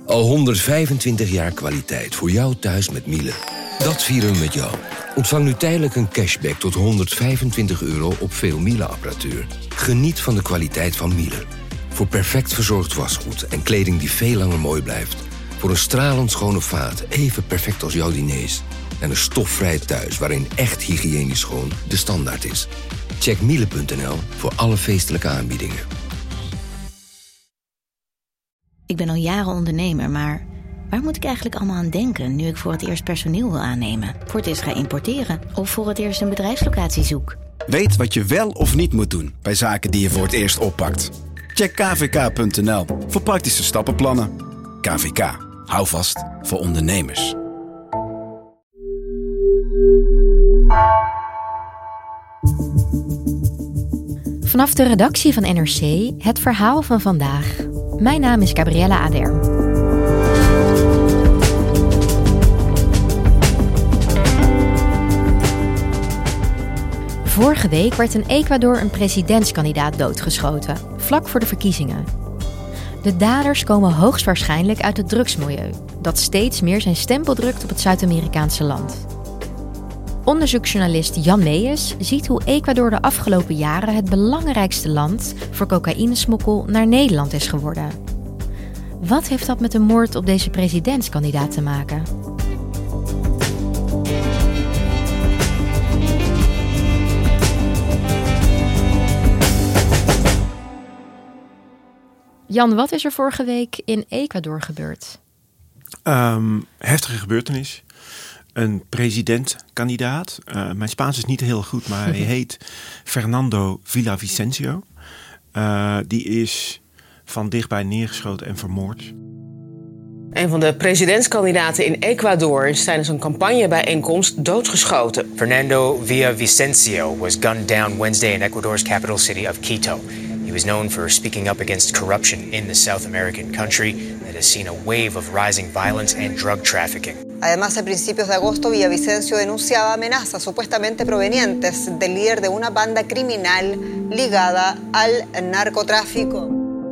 Al 125 jaar kwaliteit voor jou thuis met Miele. Dat vieren we met jou. Ontvang nu tijdelijk een cashback tot €125 op veel Miele-apparatuur. Geniet van de kwaliteit van Miele. Voor perfect verzorgd wasgoed en kleding die veel langer mooi blijft. Voor een stralend schone vaat, even perfect als jouw diners. En een stofvrij thuis waarin echt hygiënisch schoon de standaard is. Check miele.nl voor alle feestelijke aanbiedingen. Ik ben al jaren ondernemer, maar waar moet ik eigenlijk allemaal aan denken nu ik voor het eerst personeel wil aannemen, voor het eerst ga importeren of voor het eerst een bedrijfslocatie zoek? Weet wat je wel of niet moet doen bij zaken die je voor het eerst oppakt. Check kvk.nl voor praktische stappenplannen. KVK. Hou vast voor ondernemers. Vanaf de redactie van NRC het verhaal van vandaag. Mijn naam is Gabriella Ader. Vorige week werd in Ecuador een presidentskandidaat doodgeschoten, vlak voor de verkiezingen. De daders komen hoogstwaarschijnlijk uit het drugsmilieu, dat steeds meer zijn stempel drukt op het Zuid-Amerikaanse land. Onderzoeksjournalist Jan Meijers ziet hoe Ecuador de afgelopen jaren het belangrijkste land voor cocaïnesmokkel naar Nederland is geworden. Wat heeft dat met de moord op deze presidentskandidaat te maken? Jan, wat is er vorige week in Ecuador gebeurd? Heftige gebeurtenis. Een presidentkandidaat. Mijn Spaans is niet heel goed, maar hij heet Fernando Villavicencio. Die is van dichtbij neergeschoten en vermoord. Een van de presidentskandidaten in Ecuador is tijdens een campagnebijeenkomst doodgeschoten. Fernando Villavicencio was gunned down Wednesday in Ecuador's capital city of Quito. He was known for speaking up against corruption in the South American country that has seen a wave of rising violence and drug trafficking. Además, a principios de agosto, Villavicencio denunciaba amenazas supuestamente provenientes del líder de una banda criminal ligada al narcotráfico.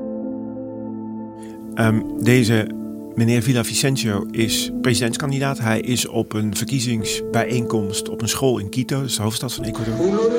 Deze meneer Villavicencio is presidentskandidaat. Hij is op een verkiezingsbijeenkomst op een school in Quito, dat is de hoofdstad van Ecuador.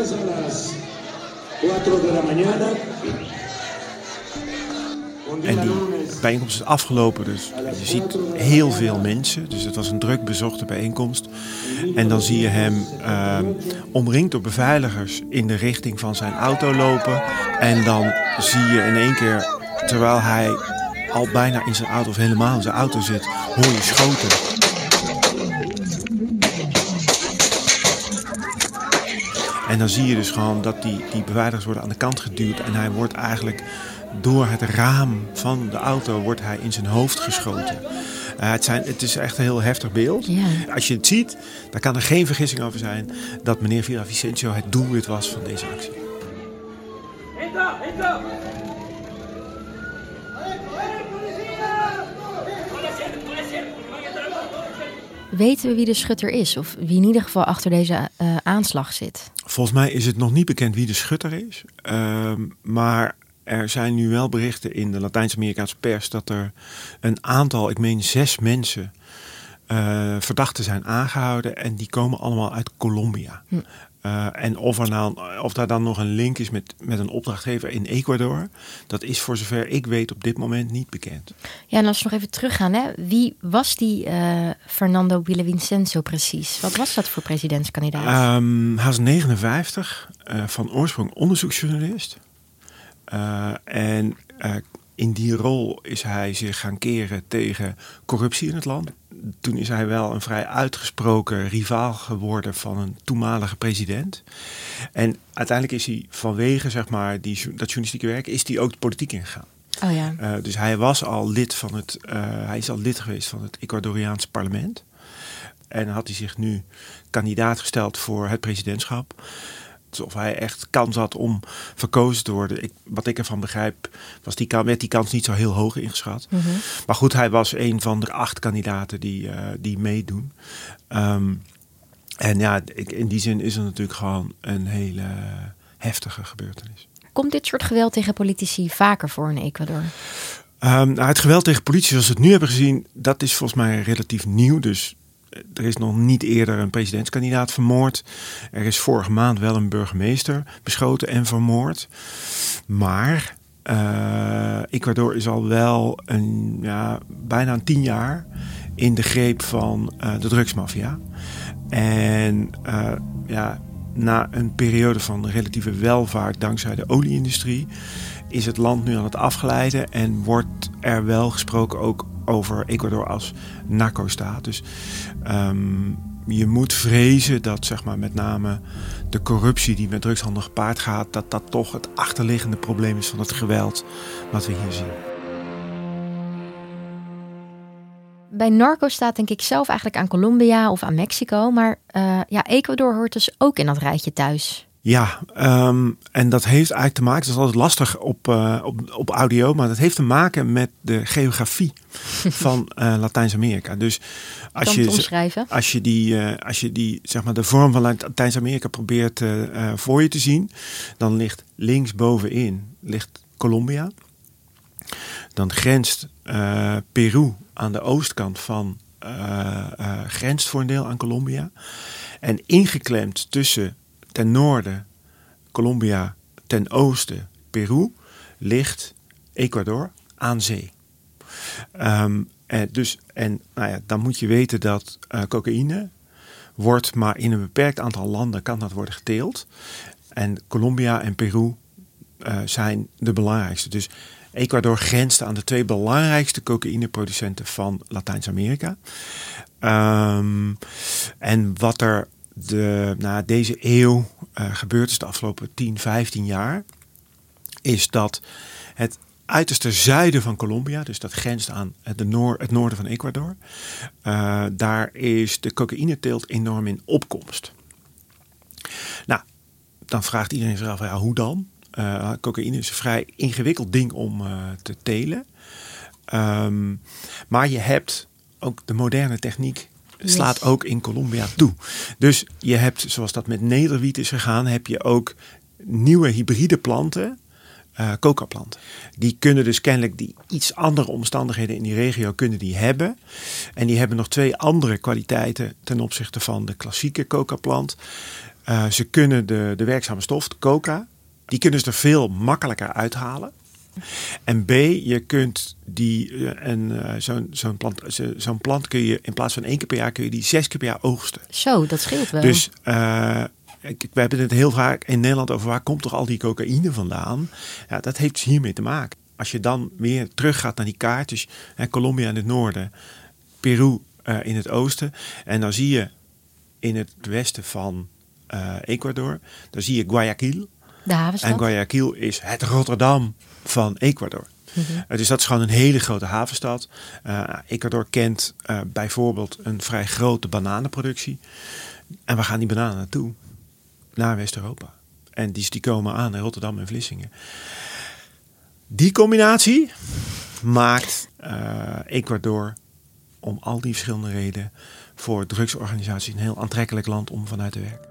En die bijeenkomst is afgelopen, dus je ziet heel veel mensen. Dus het was een druk bezochte bijeenkomst. En dan zie je hem omringd door beveiligers in de richting van zijn auto lopen. En dan zie je in één keer, terwijl hij al bijna in zijn auto of helemaal in zijn auto zit, hoor je schoten. En dan zie je dus gewoon dat die beveiligers worden aan de kant geduwd. En hij wordt eigenlijk door het raam van de auto wordt hij in zijn hoofd geschoten. Het is echt een heel heftig beeld. Ja. Als je het ziet, dan kan er geen vergissing over zijn dat meneer Villavicencio het doelwit was van deze actie. Weten we wie de schutter is? Of wie in ieder geval achter deze aanslag zit? Volgens mij is het nog niet bekend wie de schutter is. Maar er zijn nu wel berichten in de Latijns-Amerikaanse pers dat er een aantal, ik meen 6 mensen, verdachten zijn aangehouden. En die komen allemaal uit Colombia. En of daar dan nog een link is met een opdrachtgever in Ecuador, dat is voor zover ik weet op dit moment niet bekend. Ja, en als we nog even teruggaan, hè? Wie was die Fernando Villavicencio precies? Wat was dat voor presidentskandidaat? Hij was 59, van oorsprong onderzoeksjournalist. In die rol is hij zich gaan keren tegen corruptie in het land. Toen is hij wel een vrij uitgesproken rivaal geworden van een toenmalige president. En uiteindelijk is hij vanwege dat journalistieke werk is hij ook de politiek ingegaan. Oh ja. Dus hij was al lid hij is al lid geweest van het Ecuadoriaanse parlement. En had hij zich nu kandidaat gesteld voor het presidentschap. Of hij echt kans had om verkozen te worden. Wat ik ervan begrijp, werd die kans niet zo heel hoog ingeschat. Mm-hmm. Maar goed, hij was een van de 8 kandidaten die meedoen. En ja, in die zin is het natuurlijk gewoon een hele heftige gebeurtenis. Komt dit soort geweld tegen politici vaker voor in Ecuador? Het geweld tegen politie zoals we het nu hebben gezien, dat is volgens mij relatief nieuw. Dus er is nog niet eerder een presidentskandidaat vermoord. Er is vorige maand wel een burgemeester beschoten en vermoord. Maar Ecuador is al wel bijna 10 jaar in de greep van de drugsmafia. En na een periode van relatieve welvaart dankzij de olieindustrie is het land nu aan het afglijden en wordt er wel gesproken ook over Ecuador als narco-staat. Dus je moet vrezen dat zeg maar, met name de corruptie die met drugshandel gepaard gaat, dat toch het achterliggende probleem is van het geweld wat we hier zien. Bij narco-staat denk ik zelf eigenlijk aan Colombia of aan Mexico. Maar Ecuador hoort dus ook in dat rijtje thuis. Ja, en dat heeft eigenlijk te maken, dat is altijd lastig op audio, maar dat heeft te maken met de geografie van Latijns-Amerika. Dus als je die zeg maar de vorm van Latijns-Amerika probeert voor je te zien, dan ligt linksbovenin Colombia. Dan grenst Peru aan de oostkant van grenst voor een deel aan Colombia. En ingeklemd tussen ten noorden Colombia, ten oosten Peru, ligt Ecuador aan zee. Dan moet je weten dat cocaïne wordt maar in een beperkt aantal landen kan dat worden geteeld. En Colombia en Peru zijn de belangrijkste. Dus Ecuador grenst aan de 2 belangrijkste cocaïneproducenten van Latijns-Amerika. En wat er deze eeuw gebeurd is de afgelopen 10, 15 jaar, is dat het uiterste zuiden van Colombia, dus dat grenst aan het noorden van Ecuador, daar is de cocaïneteelt enorm in opkomst. Nou, dan vraagt iedereen zich af, hoe dan? Cocaïne is een vrij ingewikkeld ding om te telen. Maar je hebt ook de moderne techniek slaat ook in Colombia toe. Dus je hebt, zoals dat met nederwiet is gegaan, heb je ook nieuwe hybride planten, coca-planten. Die kunnen dus kennelijk die iets andere omstandigheden in die regio kunnen die hebben. En die hebben nog 2 andere kwaliteiten ten opzichte van de klassieke coca-plant. Ze kunnen de werkzame stof, de coca, die kunnen ze er veel makkelijker uithalen. En B, je kunt zo'n plant kun je in plaats van 1 keer per jaar kun je die 6 keer per jaar oogsten. Zo, dat scheelt wel. Dus we hebben het heel vaak in Nederland over waar komt toch al die cocaïne vandaan? Ja, dat heeft hiermee te maken. Als je dan weer teruggaat naar die kaart, dus Colombia in het noorden, Peru in het oosten, en dan zie je in het westen van Ecuador, dan zie je Guayaquil. De havenstad. En Guayaquil is het Rotterdam van Ecuador. Mm-hmm. Dus dat is gewoon een hele grote havenstad. Ecuador kent bijvoorbeeld een vrij grote bananenproductie. En waar gaan die bananen naartoe? Naar West-Europa. En die komen aan in Rotterdam en Vlissingen. Die combinatie maakt Ecuador om al die verschillende redenen voor drugsorganisaties een heel aantrekkelijk land om vanuit te werken.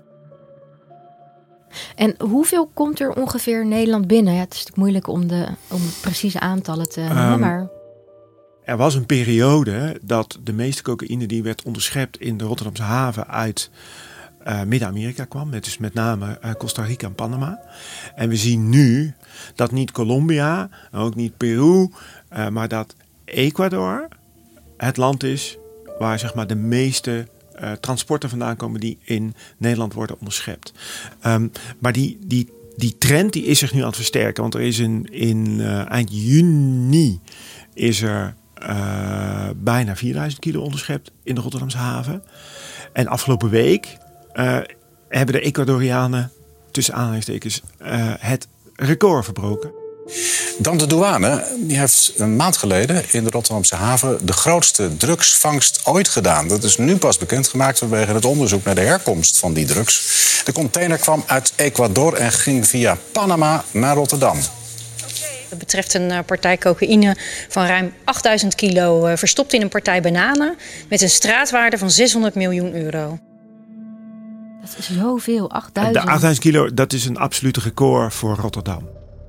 En hoeveel komt er ongeveer Nederland binnen? Ja, het is natuurlijk moeilijk om precieze aantallen te noemen, maar er was een periode dat de meeste cocaïne die werd onderschept in de Rotterdamse haven uit Midden-Amerika kwam. Dus met name Costa Rica en Panama. En we zien nu dat niet Colombia, ook niet Peru, maar dat Ecuador het land is waar zeg maar de meeste transporten vandaan komen die in Nederland worden onderschept. Maar die trend die is zich nu aan het versterken. Want er is in eind juni is er bijna 4000 kilo onderschept in de Rotterdamse haven. En afgelopen week hebben de Ecuadorianen tussen aanhalingstekens het record verbroken. Dan de douane, die heeft een maand geleden in de Rotterdamse haven de grootste drugsvangst ooit gedaan. Dat is nu pas bekendgemaakt vanwege het onderzoek naar de herkomst van die drugs. De container kwam uit Ecuador en ging via Panama naar Rotterdam. Het betreft een partij cocaïne van ruim 8000 kilo verstopt in een partij bananen met een straatwaarde van 600 miljoen euro. Dat is zoveel, 8000. De 8000 kilo, dat is een absolute record voor Rotterdam.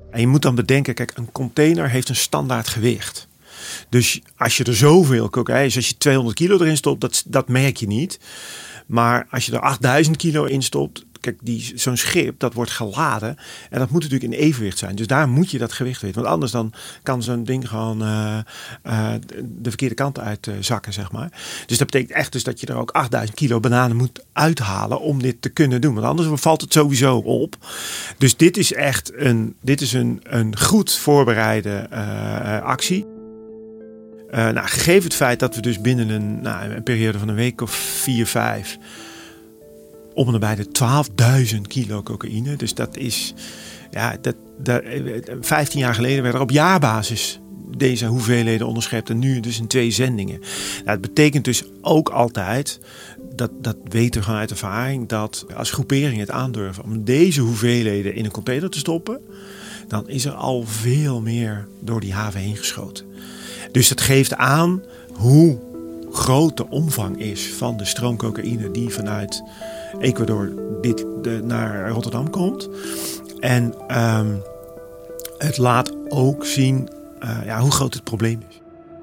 En je moet dan bedenken, kijk, een container heeft een standaard gewicht. Dus als je er zoveel cocaïne, als je 200 kilo erin stopt, dat merk je niet. Maar als je er 8000 kilo in stopt, kijk, zo'n schip, dat wordt geladen. En dat moet natuurlijk in evenwicht zijn. Dus daar moet je dat gewicht weten. Want anders dan kan zo'n ding gewoon de verkeerde kant uit zakken, zeg maar. Dus dat betekent echt dus dat je er ook 8000 kilo bananen moet uithalen om dit te kunnen doen. Want anders valt het sowieso op. Dus dit is echt een goed voorbereide actie. Gegeven het feit dat we dus binnen een periode van een week of 4, 5... om en nabij de 12.000 kilo cocaïne. Dus dat is... 15 jaar geleden werden er op jaarbasis deze hoeveelheden onderschept. En nu dus in 2 zendingen. Het betekent dus ook altijd... Dat weten we vanuit ervaring... dat als groeperingen het aandurven om deze hoeveelheden in een container te stoppen... dan is er al veel meer door die haven heen geschoten. Dus dat geeft aan hoe groot de omvang is van de stroom cocaïne die vanuit Ecuador naar Rotterdam komt. En het laat ook zien hoe groot het probleem is.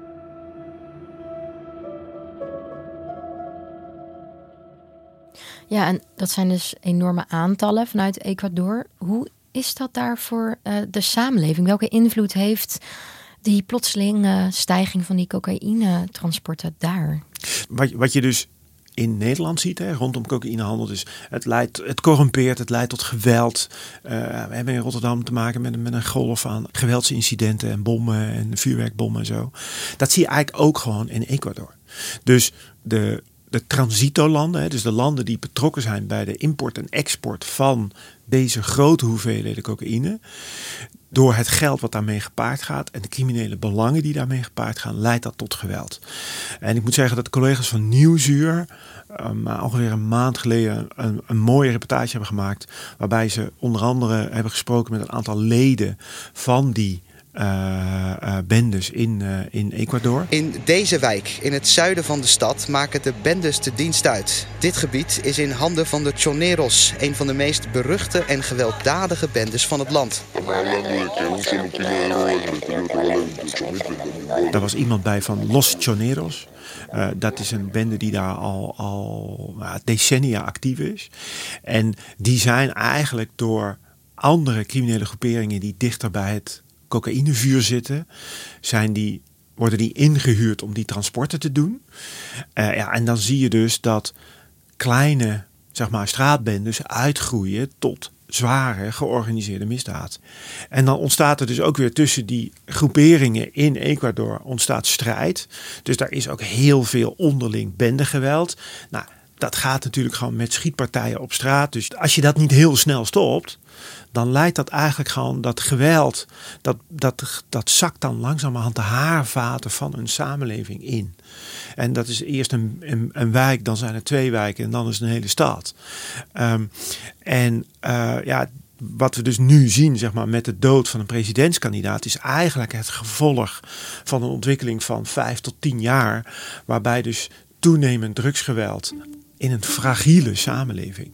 Ja, en dat zijn dus enorme aantallen vanuit Ecuador. Hoe is dat daar voor de samenleving? Welke invloed heeft die plotselinge stijging van die cocaïnetransporten daar? Wat je dus in Nederland ziet, rondom cocaïnehandel, dus het corrumpeert, het leidt tot geweld. We hebben in Rotterdam te maken met een golf aan geweldsincidenten en bommen en vuurwerkbommen en zo. Dat zie je eigenlijk ook gewoon in Ecuador. Dus de transitolanden, dus de landen die betrokken zijn bij de import en export van deze grote hoeveelheden cocaïne, door het geld wat daarmee gepaard gaat en de criminele belangen die daarmee gepaard gaan, leidt dat tot geweld. En ik moet zeggen dat de collega's van Nieuwsuur ongeveer een maand geleden een mooie reportage hebben gemaakt, waarbij ze onder andere hebben gesproken met een aantal leden van die bendes in Ecuador. In deze wijk, in het zuiden van de stad, maken de bendes de dienst uit. Dit gebied is in handen van de Choneros, een van de meest beruchte en gewelddadige bendes van het land. Daar was iemand bij van Los Choneros. Dat is een bende die daar al decennia actief is. En die zijn eigenlijk door andere criminele groeperingen die dichter bij het cocaïnevuur zitten, worden die ingehuurd om die transporten te doen. En dan zie je dus dat kleine, straatbendes uitgroeien tot zware georganiseerde misdaad. En dan ontstaat er dus ook weer tussen die groeperingen in Ecuador ontstaat strijd. Dus daar is ook heel veel onderling bendegeweld. Dat gaat natuurlijk gewoon met schietpartijen op straat. Dus als je dat niet heel snel stopt, dan leidt dat eigenlijk gewoon dat geweld, dat zakt dan langzamerhand de haarvaten van een samenleving in. En dat is eerst een wijk, dan zijn er 2 wijken en dan is het een hele stad. Wat we dus nu zien, met de dood van een presidentskandidaat, is eigenlijk het gevolg van een ontwikkeling van 5 tot 10 jaar, waarbij dus toenemend drugsgeweld in een fragiele samenleving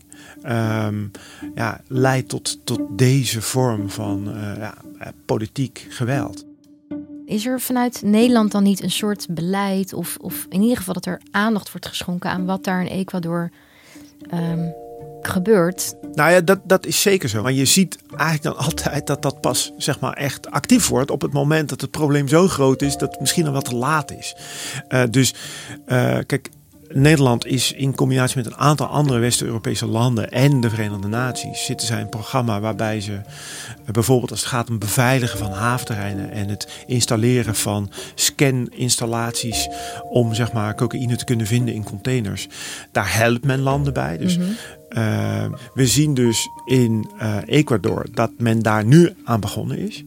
leidt tot deze vorm van politiek geweld. Is er vanuit Nederland dan niet een soort beleid of in ieder geval dat er aandacht wordt geschonken aan wat daar in Ecuador gebeurt? Dat is zeker zo. Maar je ziet eigenlijk dan altijd dat pas echt actief wordt op het moment dat het probleem zo groot is dat het misschien al wat te laat is. Kijk, Nederland is in combinatie met een aantal andere West-Europese landen en de Verenigde Naties zitten zij een programma waarbij ze bijvoorbeeld als het gaat om beveiligen van haventerreinen en het installeren van scaninstallaties om cocaïne te kunnen vinden in containers. Daar helpt men landen bij. Dus we zien dus in Ecuador dat men daar nu aan begonnen is.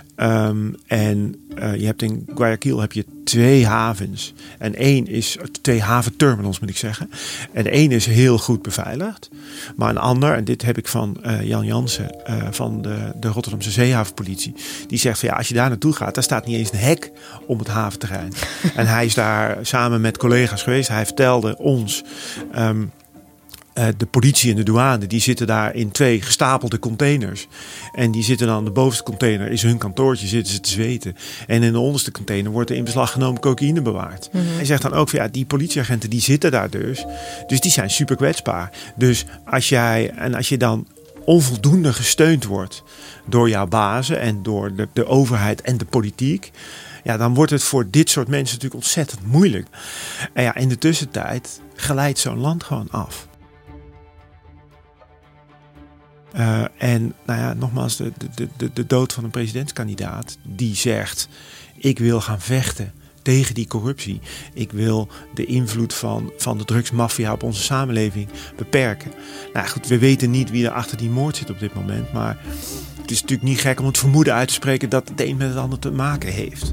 Je hebt in Guayaquil 2 havens. En 2 haventerminals moet ik zeggen. En de ene is heel goed beveiligd. Maar een ander, en dit heb ik van Jan Jansen van de Rotterdamse Zeehavenpolitie. Die zegt van als je daar naartoe gaat, daar staat niet eens een hek om het haventerrein. En hij is daar samen met collega's geweest. Hij vertelde ons De politie en de douane die zitten daar in 2 gestapelde containers. En die zitten dan, de bovenste container is hun kantoortje, zitten ze te zweten. En in de onderste container wordt er in beslag genomen cocaïne bewaard. Hij zegt dan ook van die politieagenten die zitten daar dus. Dus die zijn super kwetsbaar. Dus als je dan onvoldoende gesteund wordt door jouw bazen en door de overheid en de politiek, dan wordt het voor dit soort mensen natuurlijk ontzettend moeilijk. En in de tussentijd glijdt zo'n land gewoon af. Nogmaals, de dood van een presidentskandidaat die zegt: ik wil gaan vechten tegen die corruptie. Ik wil de invloed van de drugsmafia op onze samenleving beperken. Nou goed, we weten niet wie er achter die moord zit op dit moment, maar het is natuurlijk niet gek om het vermoeden uit te spreken dat het een met het ander te maken heeft.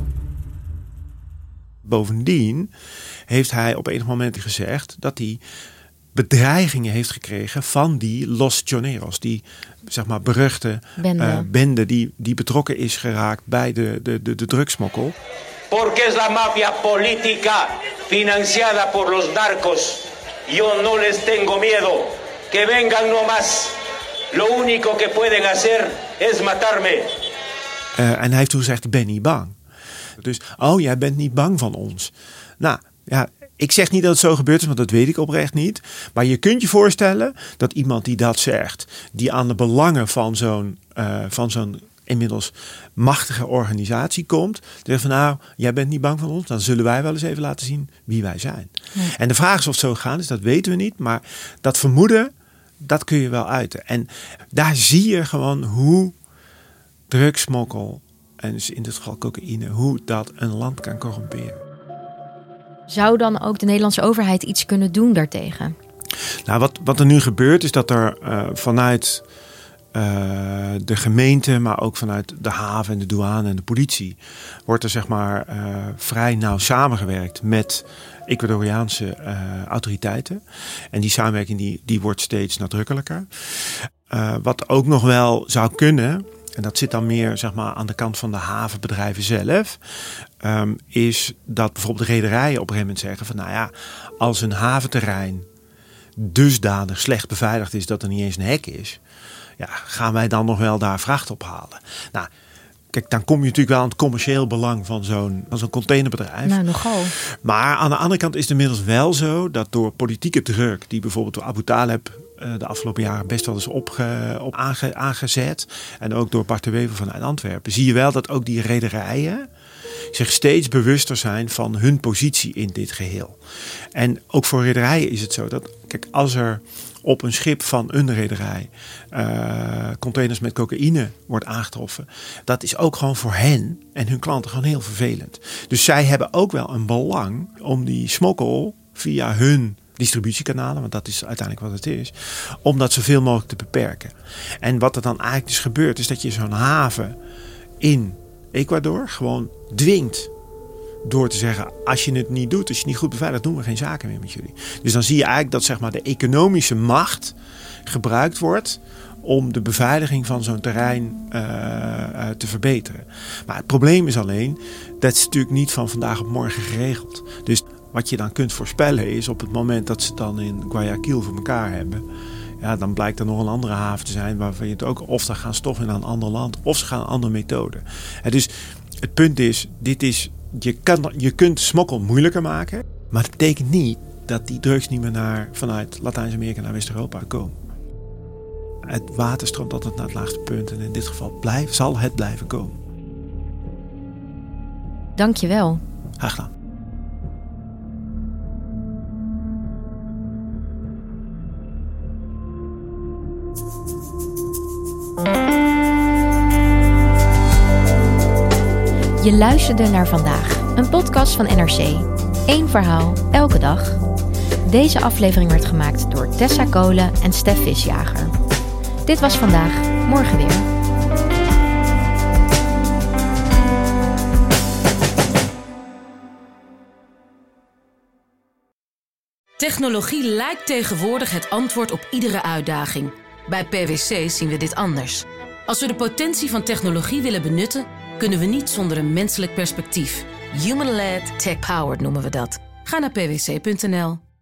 Bovendien heeft hij op enig moment gezegd dat hij bedreigingen heeft gekregen van die Los Choneros, die beruchte bende die betrokken is geraakt bij de drugsmokkel. Porque es la mafia política financiada por los narcos. Yo no les tengo miedo. Que vengan nomás. Lo único que pueden hacer es matarme. En hij heeft toen gezegd: ik ben niet bang. Dus, jij bent niet bang van ons. Nou, ja, ik zeg niet dat het zo gebeurd is, want dat weet ik oprecht niet. Maar je kunt je voorstellen dat iemand die dat zegt, die aan de belangen van zo'n inmiddels machtige organisatie komt, zegt van jij bent niet bang van ons, dan zullen wij wel eens even laten zien wie wij zijn. Ja. En de vraag is of het zo gegaan is, dat weten we niet. Maar dat vermoeden, dat kun je wel uiten. En daar zie je gewoon hoe drugsmokkel, en dus in dit geval cocaïne, hoe dat een land kan corrumperen. Zou dan ook de Nederlandse overheid iets kunnen doen daartegen? Nou, wat er nu gebeurt is dat er vanuit de gemeente, maar ook vanuit de haven en de douane en de politie, wordt er vrij nauw samengewerkt met Ecuadoriaanse autoriteiten. En die samenwerking die wordt steeds nadrukkelijker. Wat ook nog wel zou kunnen, en dat zit dan meer aan de kant van de havenbedrijven zelf, is dat bijvoorbeeld rederijen op een gegeven moment zeggen van als een haventerrein dusdanig slecht beveiligd is dat er niet eens een hek is, gaan wij dan nog wel daar vracht ophalen? Nou, kijk, dan kom je natuurlijk wel aan het commercieel belang van zo'n containerbedrijf. Nou, nogal. Maar aan de andere kant is het inmiddels wel zo dat door politieke druk, die bijvoorbeeld door Abu Taleb de afgelopen jaren best wel eens op aangezet, en ook door Bart de Wever vanuit Antwerpen, zie je wel dat ook die rederijen zich steeds bewuster zijn van hun positie in dit geheel. En ook voor rederijen is het zo dat, kijk, als er op een schip van een rederij containers met cocaïne wordt aangetroffen, dat is ook gewoon voor hen en hun klanten gewoon heel vervelend. Dus zij hebben ook wel een belang om die smokkel via hun distributiekanalen, want dat is uiteindelijk wat het is, om dat zoveel mogelijk te beperken. En wat er dan eigenlijk dus gebeurt, is dat je zo'n haven in Ecuador gewoon dwingt door te zeggen: als je het niet doet, als je het niet goed beveiligt, doen we geen zaken meer met jullie. Dus dan zie je eigenlijk dat de economische macht gebruikt wordt om de beveiliging van zo'n terrein te verbeteren. Maar het probleem is alleen, dat is natuurlijk niet van vandaag op morgen geregeld. Dus wat je dan kunt voorspellen is, op het moment dat ze het dan in Guayaquil voor elkaar hebben, dan blijkt er nog een andere haven te zijn waarvan je het ook, of ze gaan stoffen naar een ander land, of ze gaan een andere methode. Dus het punt is, je kunt smokkel moeilijker maken, maar het betekent niet dat die drugs niet meer vanuit Latijns-Amerika naar West-Europa komen. Het water stroomt altijd naar het laagste punt en in dit geval zal het blijven komen. Dank je wel. Graag gedaan. Je luisterde naar Vandaag, een podcast van NRC. 1 verhaal, elke dag. Deze aflevering werd gemaakt door Tessa Kolen en Stef Visjager. Dit was Vandaag, morgen weer. Technologie lijkt tegenwoordig het antwoord op iedere uitdaging. Bij PwC zien we dit anders. Als we de potentie van technologie willen benutten, kunnen we niet zonder een menselijk perspectief. Human-led, tech-powered noemen we dat. Ga naar pwc.nl.